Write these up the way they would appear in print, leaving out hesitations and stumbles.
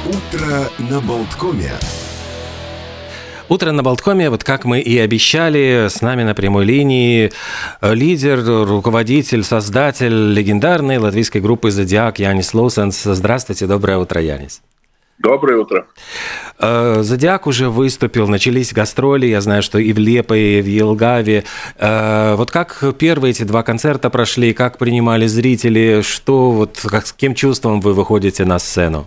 Утро на Болткоме. Утро на Болткоме, вот как мы и обещали, с нами на прямой линии лидер, руководитель, создатель легендарной латвийской группы «Зодиак» Jānis Lūsens. Здравствуйте, доброе утро, Jānis. Доброе утро. «Зодиак» уже выступил, начались гастроли, я знаю, что и в Лиепае, и в Елгаве. Вот как первые эти два концерта прошли, как принимали зрители, с каким чувством вы выходите на сцену?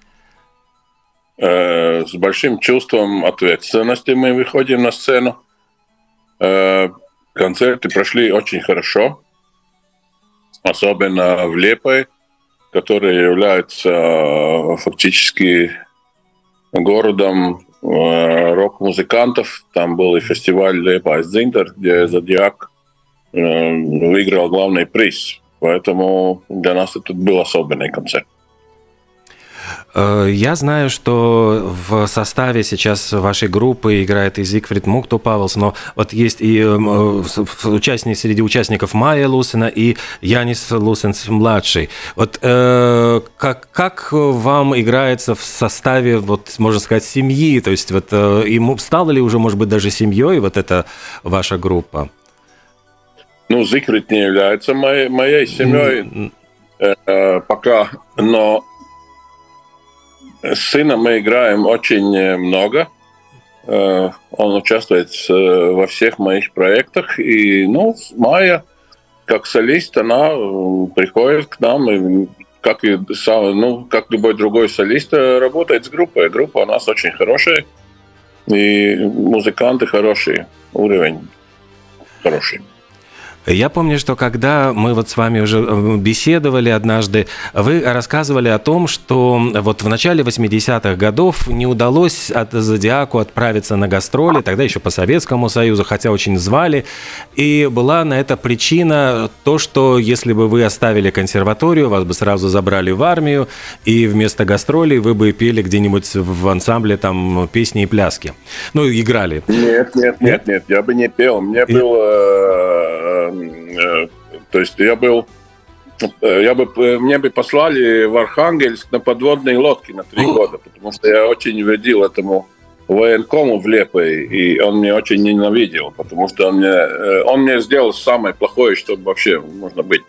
С большим чувством ответственности мы выходим на сцену. Концерты прошли очень хорошо, особенно в Лиепае, который является фактически городом рок-музыкантов. Там был и фестиваль Liepājas Dzintars, где «Зодиак» выиграл главный приз. Поэтому для нас это был особенный концерт. Я знаю, что в составе сейчас вашей группы играет и Зигфрид Муктупавелс, но вот есть и среди участников Маija Lūsena и Jānis Lūsens-младший. Вот как вам играется в составе, вот, можно сказать, семьи? То есть вот ему стало ли уже, может быть, даже семьей вот эта ваша группа? Зигфрид не является моей семьей пока, но с сыном мы играем очень много. Он участвует во всех моих проектах. И, Майя, как солист, она приходит к нам, и как любой другой солист, работает с группой. Группа у нас очень хорошая, и музыканты хорошие, уровень хороший. Я помню, что когда мы вот с вами уже беседовали однажды, вы рассказывали о том, что вот в начале 80-х годов не удалось от «Зодиаку» отправиться на гастроли, тогда еще по Советскому Союзу, хотя очень звали, и была на это причина то, что если бы вы оставили консерваторию, вас бы сразу забрали в армию, и вместо гастролей вы бы пели где-нибудь в ансамбле там песни и пляски. Играли. Нет, я бы не пел. Мне мне бы послали в Архангельск на подводной лодке на 3 года, потому что я очень вредил этому военкому в Лиепае, и он меня очень ненавидел, потому что он мне сделал самое плохое, что вообще можно быть.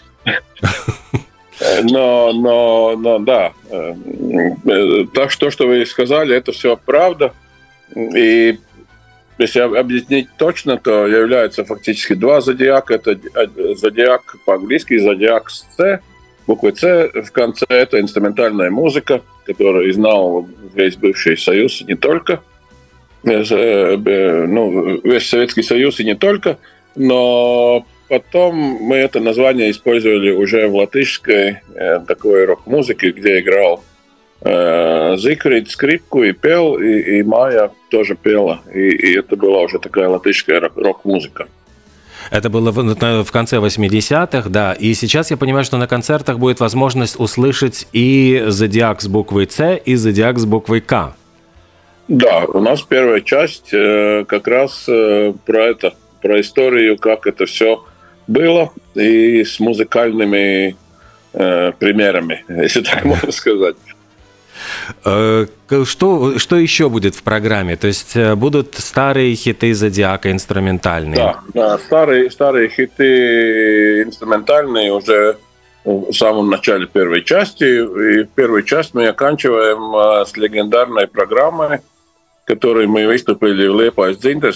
Но да, так что вы сказали, это все правда, и если объяснить точно, то является фактически 2 зодиака. Это зодиак по-английски, зодиак с «С», буквой «С» в конце. Это инструментальная музыка, которую знал весь бывший Союз и не только. Весь Советский Союз и не только. Но потом мы это название использовали уже в латышской такой рок-музыке, где играл Зигфрид скрипку и пел, и Майя тоже пела. И это была уже такая латышская рок-музыка. Это было в конце 80-х, да. И сейчас я понимаю, что на концертах будет возможность услышать и «Зодиак» с буквой «С», и «Зодиак» с буквой «К». Да, у нас первая часть как раз про историю, как это все было, и с музыкальными примерами, если так можно сказать. Что еще будет в программе? То есть будут старые хиты «Зодиака» инструментальные? Да, старые хиты инструментальные уже в самом начале первой части. И первую часть мы оканчиваем с легендарной программой, которой мы выступили в Liepājas Dzintars в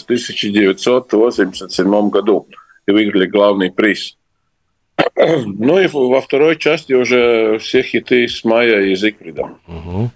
1987 году и выиграли главный приз. И во второй части уже все хиты с Майей и Зигфридом. Угу.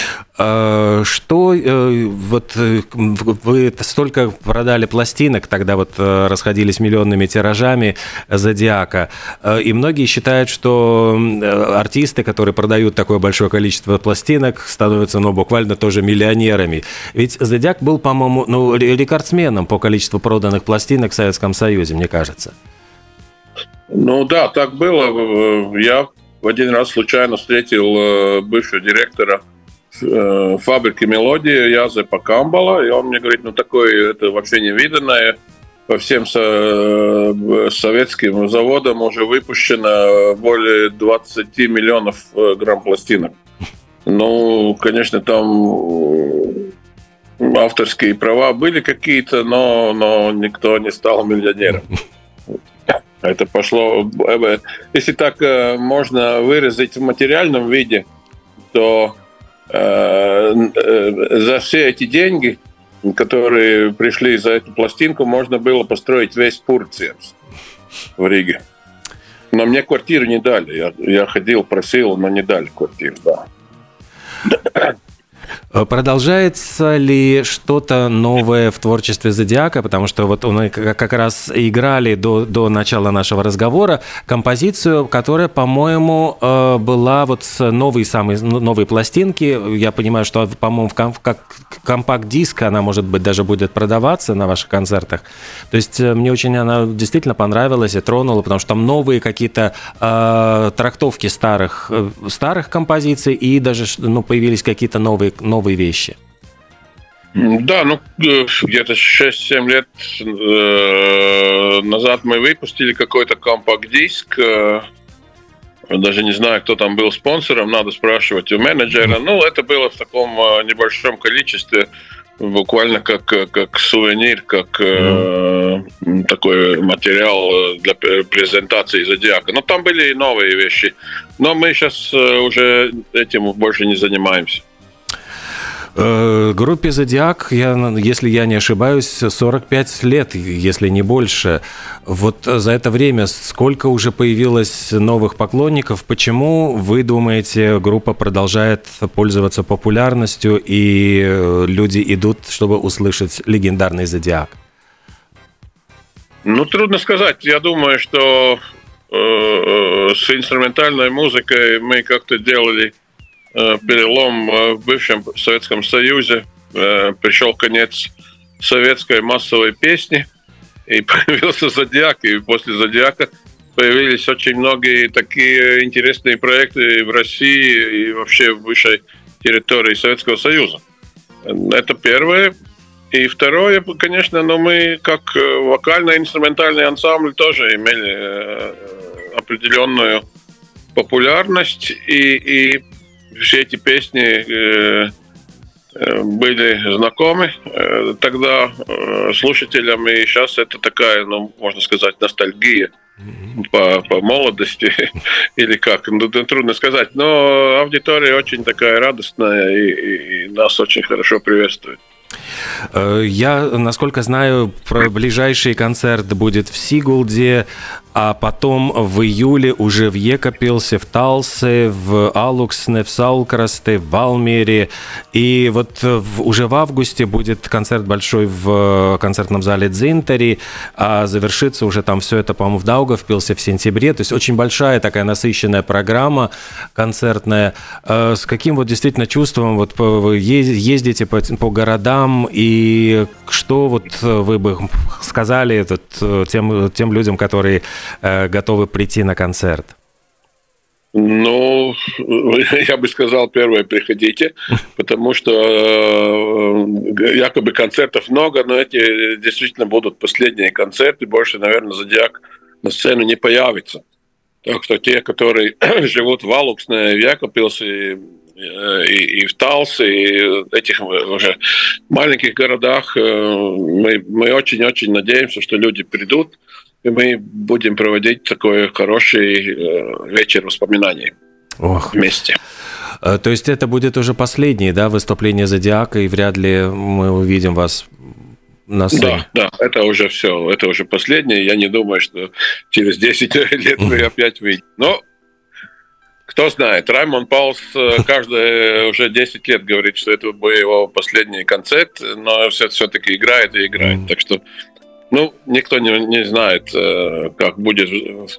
Вы столько продали пластинок, тогда расходились миллионными тиражами «Зодиака», и многие считают, что артисты, которые продают такое большое количество пластинок, становятся, буквально тоже миллионерами. Ведь «Зодиак» был, по-моему, рекордсменом по количеству проданных пластинок в Советском Союзе, мне кажется. Да, так было. Я один раз случайно встретил бывшего директора фабрики «Мелодия» Jāzepa Камбала, и он мне говорит, такое это вообще невиданное. По всем советским заводам уже выпущено более 20 миллионов грамм пластинок. Ну, конечно, там авторские права были какие-то, но никто не стал миллионером. Это пошло... Если так можно выразить в материальном виде, то за все эти деньги, которые пришли за эту пластинку, можно было построить весь Пурцiems в Риге. Но мне квартиру не дали. Я ходил, просил, но не дали квартиру, да. Продолжается ли что-то новое в творчестве Зодиака? Потому что вот мы как раз играли до начала нашего разговора композицию, которая, по-моему, была вот с новой пластинки. Я понимаю, что, по-моему, как компакт-диск она, может быть, даже будет продаваться на ваших концертах. То есть мне очень она действительно понравилась и тронула, потому что там новые какие-то трактовки старых композиций, и даже появились какие-то новые вещи. Да, где-то 6-7 лет назад мы выпустили какой-то компакт-диск. Даже не знаю, кто там был спонсором, надо спрашивать у менеджера. Это было в таком небольшом количестве, буквально как сувенир, как такой материал для презентации Зодиака. Но там были и новые вещи. Но мы сейчас уже этим больше не занимаемся. Группе «Зодиак», если я не ошибаюсь, 45 лет, если не больше. Вот за это время сколько уже появилось новых поклонников? Почему, вы думаете, группа продолжает пользоваться популярностью, и люди идут, чтобы услышать легендарный «Зодиак»? Трудно сказать. Я думаю, что с инструментальной музыкой мы как-то делали перелом в бывшем Советском Союзе. Пришел конец советской массовой песни, и появился «Зодиак». И после «Зодиака» появились очень многие такие интересные проекты в России и вообще в высшей территории Советского Союза. Это первое. И второе, конечно, мы как вокально-инструментальный ансамбль тоже имели определенную популярность, и все эти песни были знакомы тогда слушателям, и сейчас это такая, можно сказать, ностальгия по молодости или как, трудно сказать, но аудитория очень такая радостная и нас очень хорошо приветствует. Я, насколько знаю, ближайший концерт будет в Сигулде, а потом в июле уже в Екапилсе, в Талсе, в Алуксне, в Саулкрасте, в Валмере. И вот уже в августе будет концерт большой в концертном зале Дзинтари, а завершится уже там все это, по-моему, в Даугавпилсе в сентябре. То есть очень большая такая насыщенная программа концертная. С каким вот действительно чувством вот вы ездите по городам, и что вот вы бы сказали тем людям, которые готовы прийти на концерт? Я бы сказал, первое, приходите, потому что якобы концертов много, но эти действительно будут последние концерты, больше, наверное, «Зодиак» на сцену не появится. Так что те, которые живут в Алуксне, в Екапилсе и в Талсе, и этих уже маленьких городах, мы очень-очень надеемся, что люди придут, и мы будем проводить такой хороший вечер воспоминаний вместе. То есть это будет уже последнее, да, выступление «Зодиака», и вряд ли мы увидим вас на сцене? Да, это уже все, это уже последнее. Я не думаю, что через 10 лет мы опять выйдем. Но кто знает, Раймонд Паулс каждые уже 10 лет говорит, что это был его последний концерт, но все-таки играет и играет. Так что никто не знает, как будет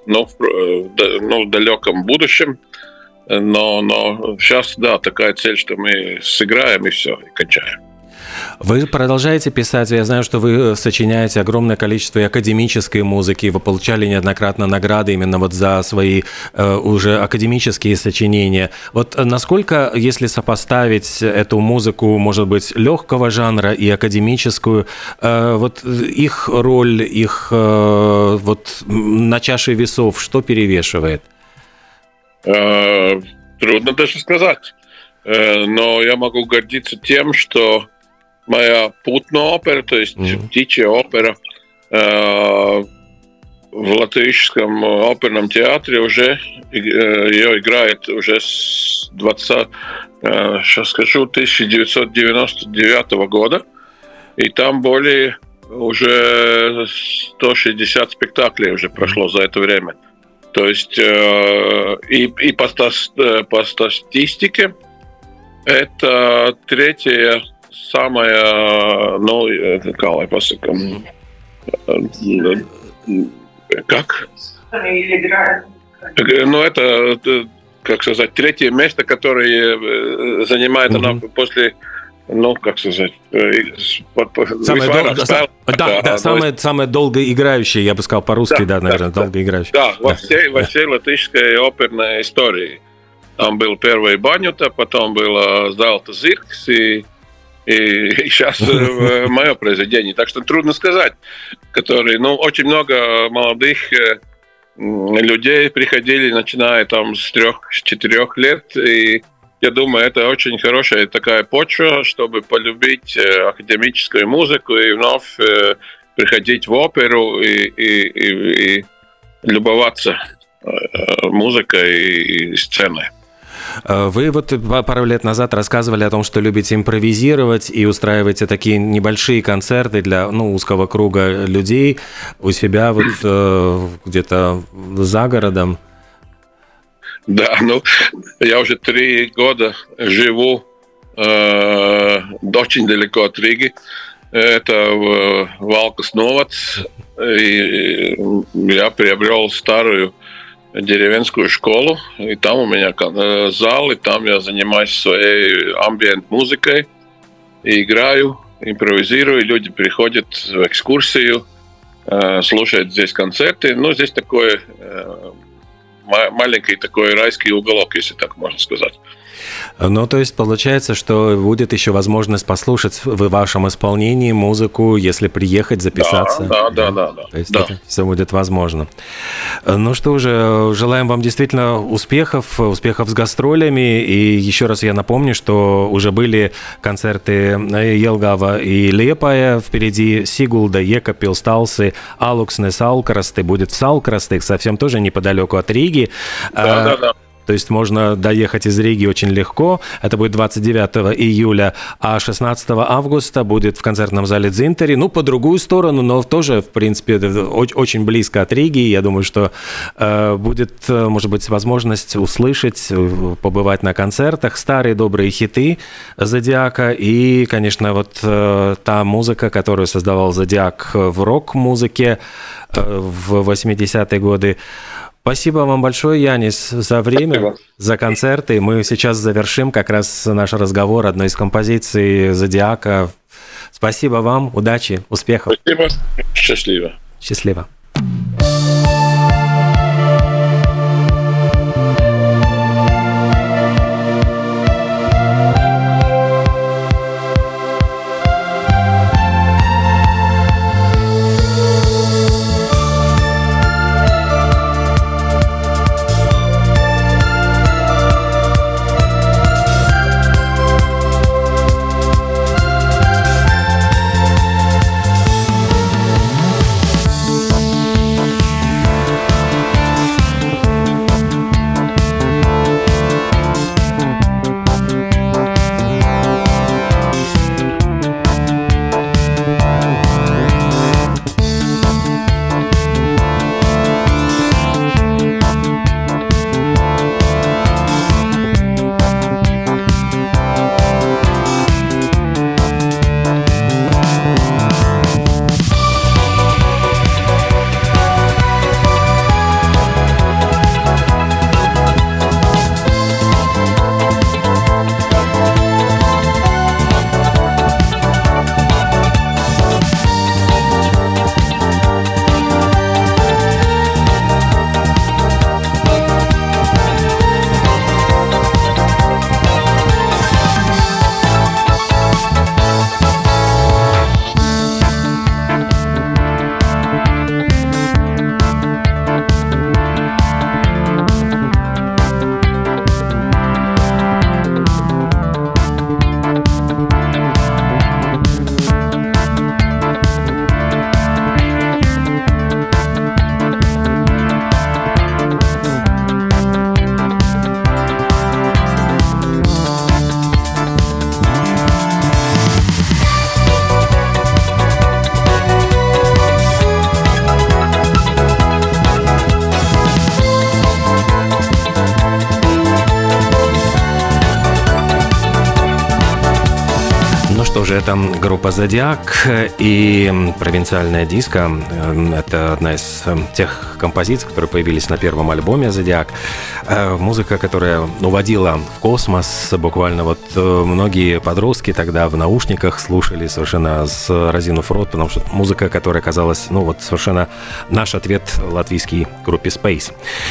в далеком будущем, но сейчас, да, такая цель, что мы сыграем и все, и кончаем. Вы продолжаете писать, я знаю, что вы сочиняете огромное количество и академической музыки, вы получали неоднократно награды именно вот за свои уже академические сочинения. Вот насколько, если сопоставить эту музыку, может быть, легкого жанра и академическую, вот их роль, их вот на чаше весов, что перевешивает? Трудно даже сказать. но я могу гордиться тем, что моя Putno-опера, то есть птичья опера, в Латвийском оперном театре уже ее играет уже с 1999 года. И там более уже 160 спектаклей уже прошло за это время. То есть и по статистике это третья самая, ну, как? Ну, это, как сказать, третье место, которое занимает она после, ну, как сказать, самое долго играющее, я бы сказал по-русски, да, наверное, долго играющее. Да, во всей латышской оперной истории. Там был первый Банюта, потом был Zelta Zirgs, и сейчас мое произведение. Так что трудно сказать, которые, ну, очень много молодых людей приходили, начиная там с 3-4 лет, и я думаю, это очень хорошая такая почва, чтобы полюбить академическую музыку и вновь приходить в оперу и любоваться музыкой и сценой. Вы вот пару лет назад рассказывали о том, что любите импровизировать и устраиваете такие небольшие концерты для, ну, узкого круга людей у себя вот где-то за городом. Да, ну, я уже 3 года живу очень далеко от Риги. Это в Valkas novads. И я приобрел старую деревенскую школу, и там у меня зал, и там я занимаюсь своей амбиент-музыкой, и играю, импровизирую, и люди приходят в экскурсию, слушают здесь концерты. Ну, здесь такой маленький такой райский уголок, если так можно сказать. Ну, то есть получается, что будет еще возможность послушать в вашем исполнении музыку, если приехать, записаться. Да. То есть это все будет возможно. Ну что же, желаем вам действительно успехов с гастролями. И еще раз я напомню, что уже были концерты Елгава и Лиепая. Впереди Сигулда, Екапилс, Талсы, Алуксне, Салкрасты. Будет в Салкрастых, совсем тоже неподалеку от Риги. Да. То есть можно доехать из Риги очень легко. Это будет 29 июля, а 16 августа будет в концертном зале Дзинтери. Ну, по другую сторону, но тоже, в принципе, очень близко от Риги. Я думаю, что будет, может быть, возможность услышать, побывать на концертах. Старые добрые хиты Зодиака и, конечно, вот та музыка, которую создавал Зодиак в рок-музыке в 80-е годы. Спасибо вам большое, Янис, за время, спасибо. За концерты. Мы сейчас завершим как раз наш разговор одной из композиций Зодиака. Спасибо вам, удачи, успехов. Спасибо, счастливо. Счастливо. что же, это группа «Зодиак» и провинциальная диско. Это одна из тех композиций, которые появились на первом альбоме «Зодиак». Музыка, которая уводила в космос. Буквально вот многие подростки тогда в наушниках слушали совершенно с разинув рот, потому что музыка, которая казалась, ну вот совершенно наш ответ латвийской группе Space.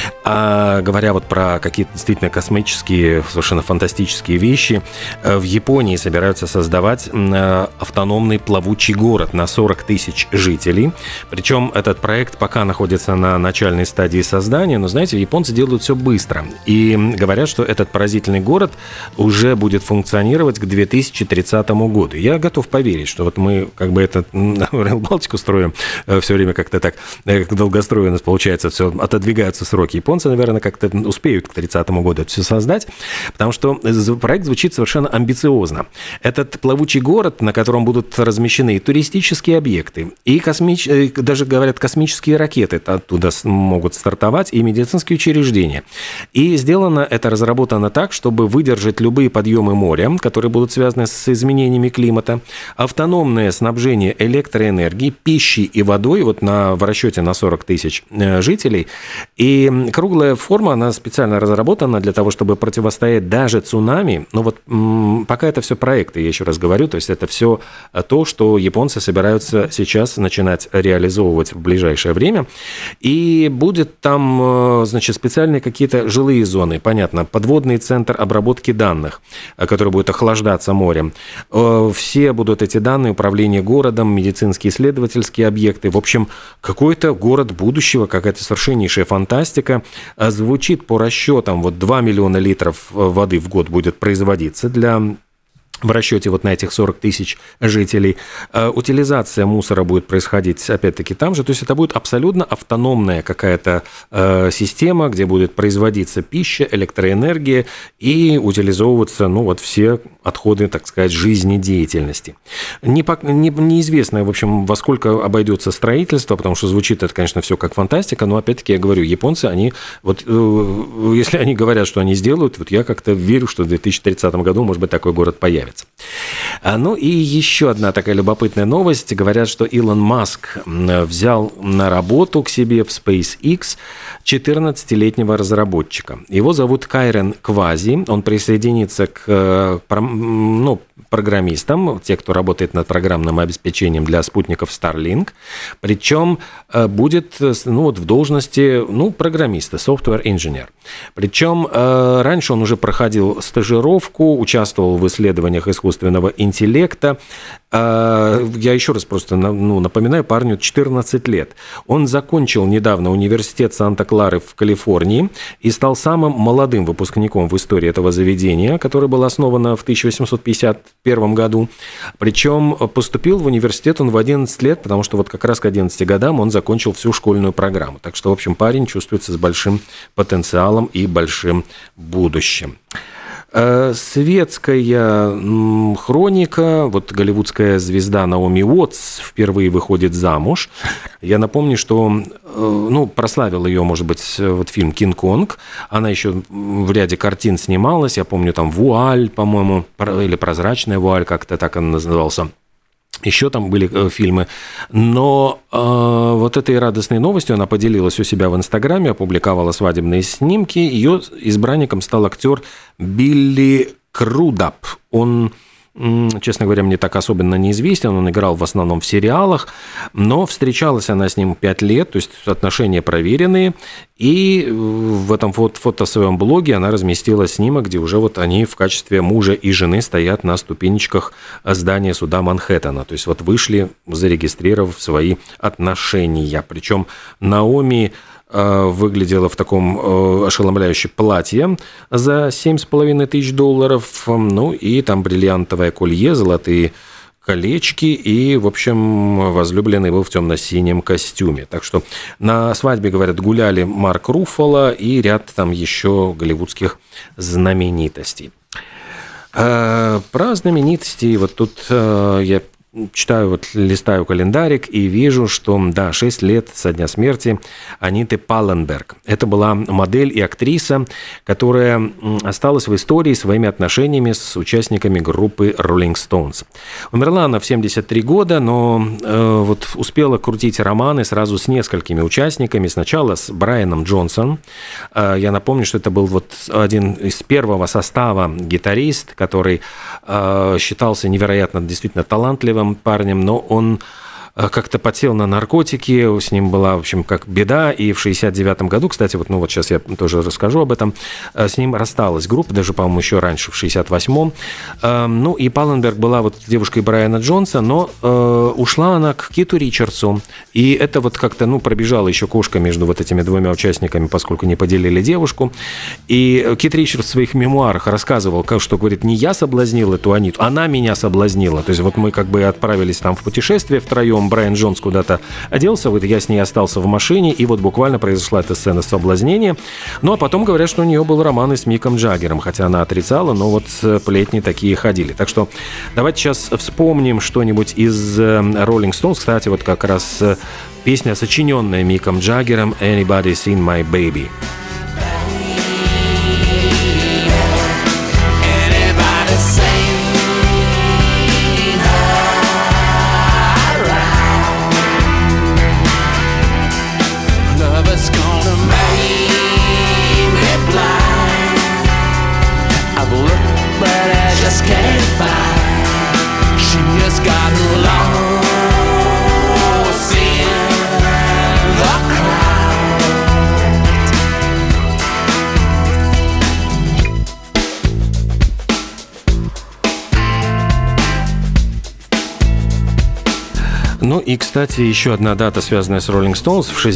А говоря вот про какие-то действительно космические, совершенно фантастические вещи, в Японии собираются создавать автономный плавучий город на 40 тысяч жителей. Причем этот проект пока находится на начальной стадии создания, но, знаете, японцы делают все быстро. И говорят, что этот поразительный город уже будет функционировать к 2030 году. Я готов поверить, что вот мы как бы это Rail Балтику строим все время как-то так долгострой у нас получается, все отодвигаются сроки. Японцы, наверное, как-то успеют к 30 году это все создать, потому что проект звучит совершенно амбициозно. Этот плавучий город, на котором будут размещены и туристические объекты, и даже, говорят, космические ракеты оттуда могут стартовать, и медицинские учреждения. И разработано так, чтобы выдержать любые подъемы моря, которые будут связаны с изменениями климата, автономное снабжение электроэнергией, пищей и водой, вот в расчете на 40 тысяч жителей. И круглая форма, она специально разработана для того, чтобы противостоять даже цунами. Но вот пока это все проекты, я еще раз говорю, то есть это все то, что японцы собираются сейчас начинать реализовывать в ближайшее время. И будет там, значит, специальные какие-то жилые зоны, понятно, подводный центр обработки данных, который будет охлаждаться морем. Все будут эти данные, управление городом, медицинские исследовательские объекты. В общем, какой-то город будущего, какая-то совершеннейшая фантастика. Звучит по расчетам, вот 2 миллиона литров воды в год будет производиться в расчете вот на этих 40 тысяч жителей. Утилизация мусора будет происходить, опять-таки, там же. То есть это будет абсолютно автономная какая-то система, где будет производиться пища, электроэнергия и утилизовываться, ну, вот все отходы, так сказать, жизнедеятельности. Неизвестно, в общем, во сколько обойдется строительство, потому что звучит это, конечно, все как фантастика, но, опять-таки, я говорю, японцы, они, вот, если они говорят, что они сделают, вот я как-то верю, что в 2030 году, может быть, такой город появится. Ну и еще одна такая любопытная новость. Говорят, что Илон Маск взял на работу к себе в SpaceX 14-летнего разработчика. Его зовут Кайрен Квази. Он присоединится к программистам, те, кто работает над программным обеспечением для спутников Starlink. Причем будет в должности программиста, software engineer. Причем раньше он уже проходил стажировку, участвовал в исследованиях искусственного интеллекта. Я еще раз просто напоминаю, парню 14 лет. Он закончил недавно университет Санта-Клары в Калифорнии и стал самым молодым выпускником в истории этого заведения, которое было основано в 1851 году. Причем поступил в университет он в 11 лет, потому что вот как раз к 11 годам он закончил всю школьную программу. Так что, в общем, парень чувствуется с большим потенциалом и большим будущим. Светская хроника. Вот голливудская звезда Наоми Уотс впервые выходит замуж. Я напомню, что прославил ее, может быть, вот фильм «Кинг-Конг». Она еще в ряде картин снималась. Я помню, там «Вуаль», по-моему, или «Прозрачная вуаль», как-то так он назывался. Еще там были фильмы, но вот этой радостной новостью она поделилась у себя в Инстаграме, опубликовала свадебные снимки. Ее избранником стал актер Билли Крудап. Он, честно говоря, мне так особенно неизвестен, он играл в основном в сериалах, но встречалась она с ним 5 лет, то есть отношения проверенные, и в этом фото своем блоге она разместила снимок, где уже вот они в качестве мужа и жены стоят на ступенечках здания суда Манхэттена, то есть вот вышли, зарегистрировав свои отношения. Причем Наоми выглядела в таком ошеломляющем платье за $7,5 тысяч, и там бриллиантовое колье, золотые колечки и, в общем, возлюбленный был в темно-синем костюме. Так что на свадьбе, говорят, гуляли Марк Руффало и ряд там еще голливудских знаменитостей. Про знаменитостей вот тут я читаю, вот листаю календарик и вижу, что, да, 6 лет со дня смерти Аниты Палленберг. Это была модель и актриса, которая осталась в истории своими отношениями с участниками группы Rolling Stones. Умерла она в 73 года, но вот успела крутить романы сразу с несколькими участниками. Сначала с Брайаном Джонсоном. Я напомню, что это был вот один из первого состава гитарист, который считался невероятно действительно талантливым парнем, но он как-то подсел на наркотики, с ним была, в общем, как беда, и в 69-м году, кстати, вот, ну вот сейчас я тоже расскажу об этом, с ним рассталась группа, даже, по-моему, еще раньше, в 68-м. Ну, и Палленберг была вот девушкой Брайана Джонса, но ушла она к Киту Ричардсу, и это вот как-то, ну, пробежала еще кошка между вот этими двумя участниками, поскольку не поделили девушку, и Кит Ричардс в своих мемуарах рассказывал, что, говорит, не я соблазнил эту Аниту, она меня соблазнила, то есть вот мы как бы отправились там в путешествие втроем, Брайан Джонс куда-то оделся, вот я с ней остался в машине, и вот буквально произошла эта сцена соблазнения. Ну, а потом говорят, что у нее был роман и с Миком Джаггером, хотя она отрицала, но вот сплетни такие ходили. Так что давайте сейчас вспомним что-нибудь из Rolling Stones. Кстати, вот как раз песня, сочиненная Миком Джаггером, «Anybody Seen My Baby». Ну и, кстати, еще одна дата, связанная с Rolling Stones. В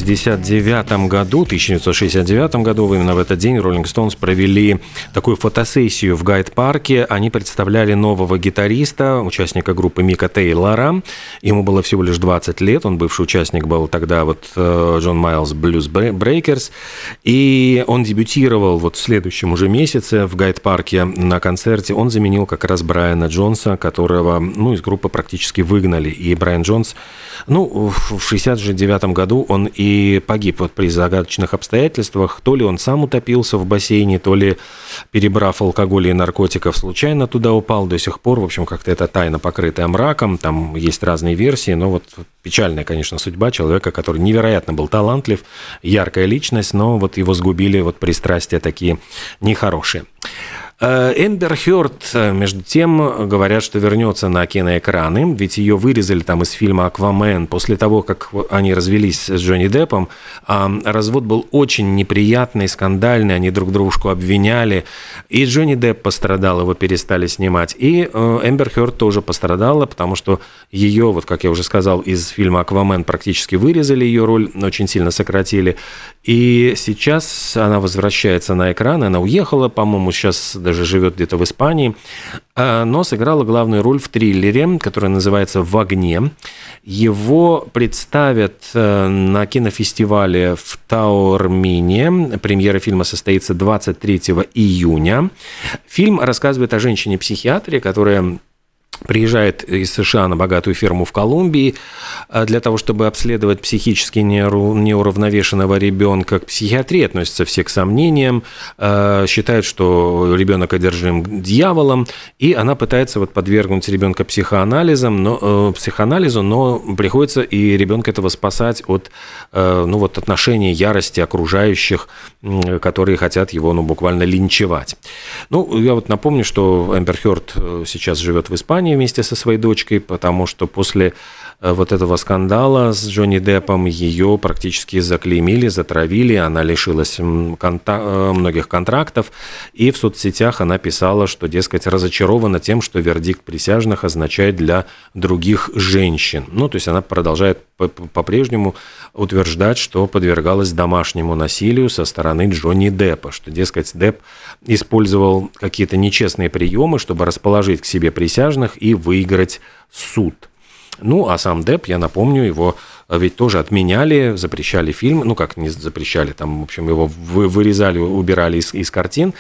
1969 году, именно в этот день, Rolling Stones провели такую фотосессию в Гайд-парке. Они представляли нового гитариста, участника группы Мика Тейлора. Ему было всего лишь 20 лет. Он бывший участник был тогда вот Джон Майлз Блюз Брейкерс. И он дебютировал вот в следующем уже месяце в Гайд-парке на концерте. Он заменил как раз Брайана Джонса, которого, ну, из группы практически выгнали. И Брайан Джонс, ну, в 1969 году он и погиб вот при загадочных обстоятельствах. То ли он сам утопился в бассейне, то ли, перебрав алкоголь и наркотиков, случайно туда упал. До сих пор, в общем, как-то эта тайна, покрытая мраком. Там есть разные версии, но вот печальная, конечно, судьба человека, который невероятно был талантлив, яркая личность, но вот его сгубили вот пристрастия такие нехорошие. Эмбер Хёрд, между тем, говорят, что вернется на киноэкраны, ведь ее вырезали там из фильма «Аквамен» после того, как они развелись с Джонни Деппом. Развод был очень неприятный, скандальный, они друг дружку обвиняли, и Джонни Депп пострадал, его перестали снимать, и Эмбер Хёрд тоже пострадала, потому что ее, вот как я уже сказал, из фильма «Аквамен» практически вырезали ее роль, очень сильно сократили, и сейчас она возвращается на экран, она уехала, по-моему, сейчас даже живет где-то в Испании, но сыграла главную роль в триллере, который называется «В огне». Его представят на кинофестивале в Таормине. Премьера фильма состоится 23 июня. Фильм рассказывает о женщине-психиатре, которая приезжает из США на богатую ферму в Колумбии для того, чтобы обследовать психически неуравновешенного ребенка. К психиатрии относятся все к сомнениям, считают, что ребенок одержим дьяволом, и она пытается вот подвергнуть ребенка психоанализу, но приходится и ребенка этого спасать от отношений ярости окружающих, которые хотят его буквально линчевать. Я вот напомню, что Эмбер Хёрд сейчас живет в Испании вместе со своей дочкой, потому что после вот этого скандала с Джонни Деппом ее практически заклеймили, затравили, она лишилась многих контрактов, и в соцсетях она писала, что, дескать, разочарована тем, что вердикт присяжных означает для других женщин. То есть она продолжает по-прежнему утверждать, что подвергалась домашнему насилию со стороны Джонни Деппа, что, дескать, Депп использовал какие-то нечестные приемы, чтобы расположить к себе присяжных и выиграть суд. А сам Депп, я напомню, его ведь тоже отменяли, запрещали фильм, ну как не запрещали, там, в общем, его вырезали, убирали из картин,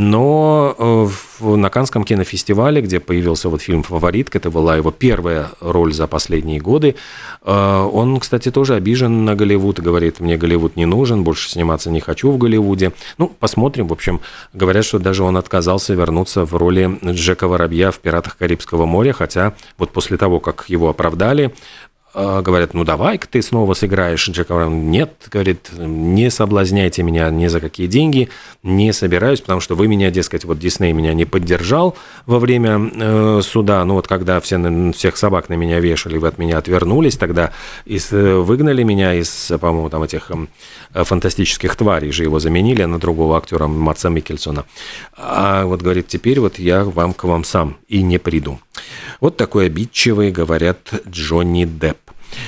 но на Каннском кинофестивале, где появился вот фильм «Фаворитка», это была его первая роль за последние годы, он, кстати, тоже обижен на Голливуд и говорит: мне Голливуд не нужен, больше сниматься не хочу в Голливуде. Ну, посмотрим, в общем, говорят, что даже он отказался вернуться в роли Джека Воробья в «Пиратах Карибского моря», хотя вот после того, как его оправдали, говорят: ну давай-ка ты снова сыграешь Джека Воробья. Нет, говорит, не соблазняйте меня ни за какие деньги, не собираюсь, потому что вы меня, дескать, вот Дисней меня не поддержал во время суда, ну вот когда всех собак на меня вешали, вы от меня отвернулись, тогда выгнали меня из, по-моему, там этих фантастических тварей, же его заменили на другого актера, Мадса Миккельсона. А вот, говорит, теперь вот я к вам сам и не приду. Вот такой обидчивый, говорят, Джонни Депп.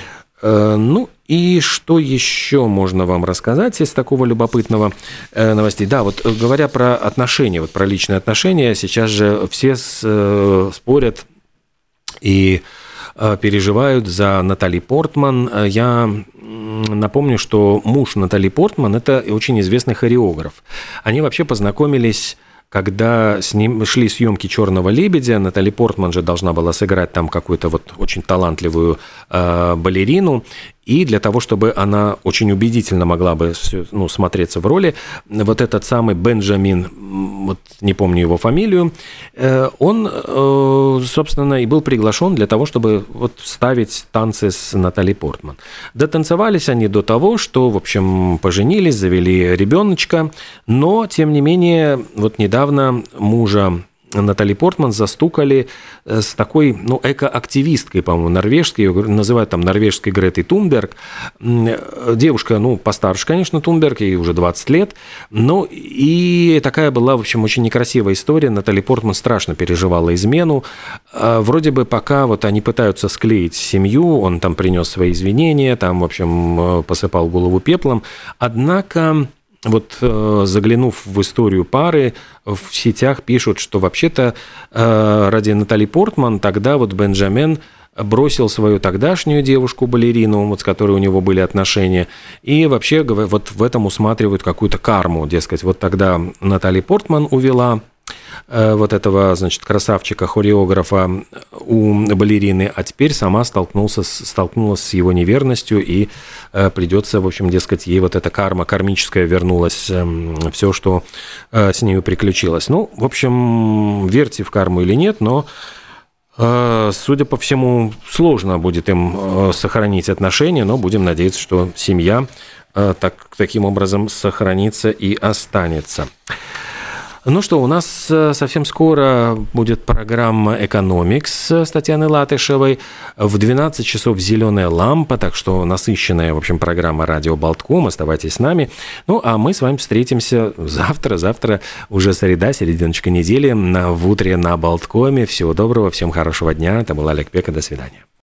Ну и что еще можно вам рассказать из такого любопытного новостей? Да, вот говоря про отношения, вот про личные отношения, сейчас же все спорят и переживают за Натали Портман. Я напомню, что муж Натали Портман – это очень известный хореограф. Они вообще познакомились, когда шли съемки «Черного лебедя». Натали Портман же должна была сыграть там какую-то вот очень талантливую балерину. И для того, чтобы она очень убедительно могла бы смотреться в роли, вот этот самый Бенджамин, вот не помню его фамилию, он, собственно, и был приглашен для того, чтобы вот ставить танцы с Натали Портман. Дотанцевались они до того, что, в общем, поженились, завели ребеночка, но, тем не менее, вот недавно мужа Натали Портман застукали с такой, экоактивисткой, по-моему, норвежской, ее называют там норвежской Гретой Тунберг. Девушка, постарше, конечно, Тунберг, ей уже 20 лет, и такая была, в общем, очень некрасивая история. Натали Портман страшно переживала измену. Вроде бы пока вот они пытаются склеить семью, он там принес свои извинения, там, в общем, посыпал голову пеплом, однако... Вот заглянув в историю пары, в сетях пишут, что вообще-то ради Натали Портман тогда вот Бенджамин бросил свою тогдашнюю девушку-балерину, вот с которой у него были отношения, и вообще вот в этом усматривают какую-то карму, дескать, вот тогда Натали Портман увела вот этого, значит, красавчика-хореографа у балерины, а теперь сама столкнулась с его неверностью, и придется, в общем, дескать, ей вот эта карма кармическая вернулась, все, что с нею приключилось. Ну, в общем, верьте в карму или нет, но, судя по всему, сложно будет им сохранить отношения, но будем надеяться, что семья таким образом сохранится и останется. Ну что, у нас совсем скоро будет программа «Экономикс» с Татьяной Латышевой. В 12 часов «Зеленая лампа», так что насыщенная, в общем, программа «Радио Болтком». Оставайтесь с нами. Ну, а мы с вами встретимся завтра. Завтра уже среда, серединочка недели в утре на Болткоме. Всего доброго, всем хорошего дня. Это был Олег Пека. До свидания.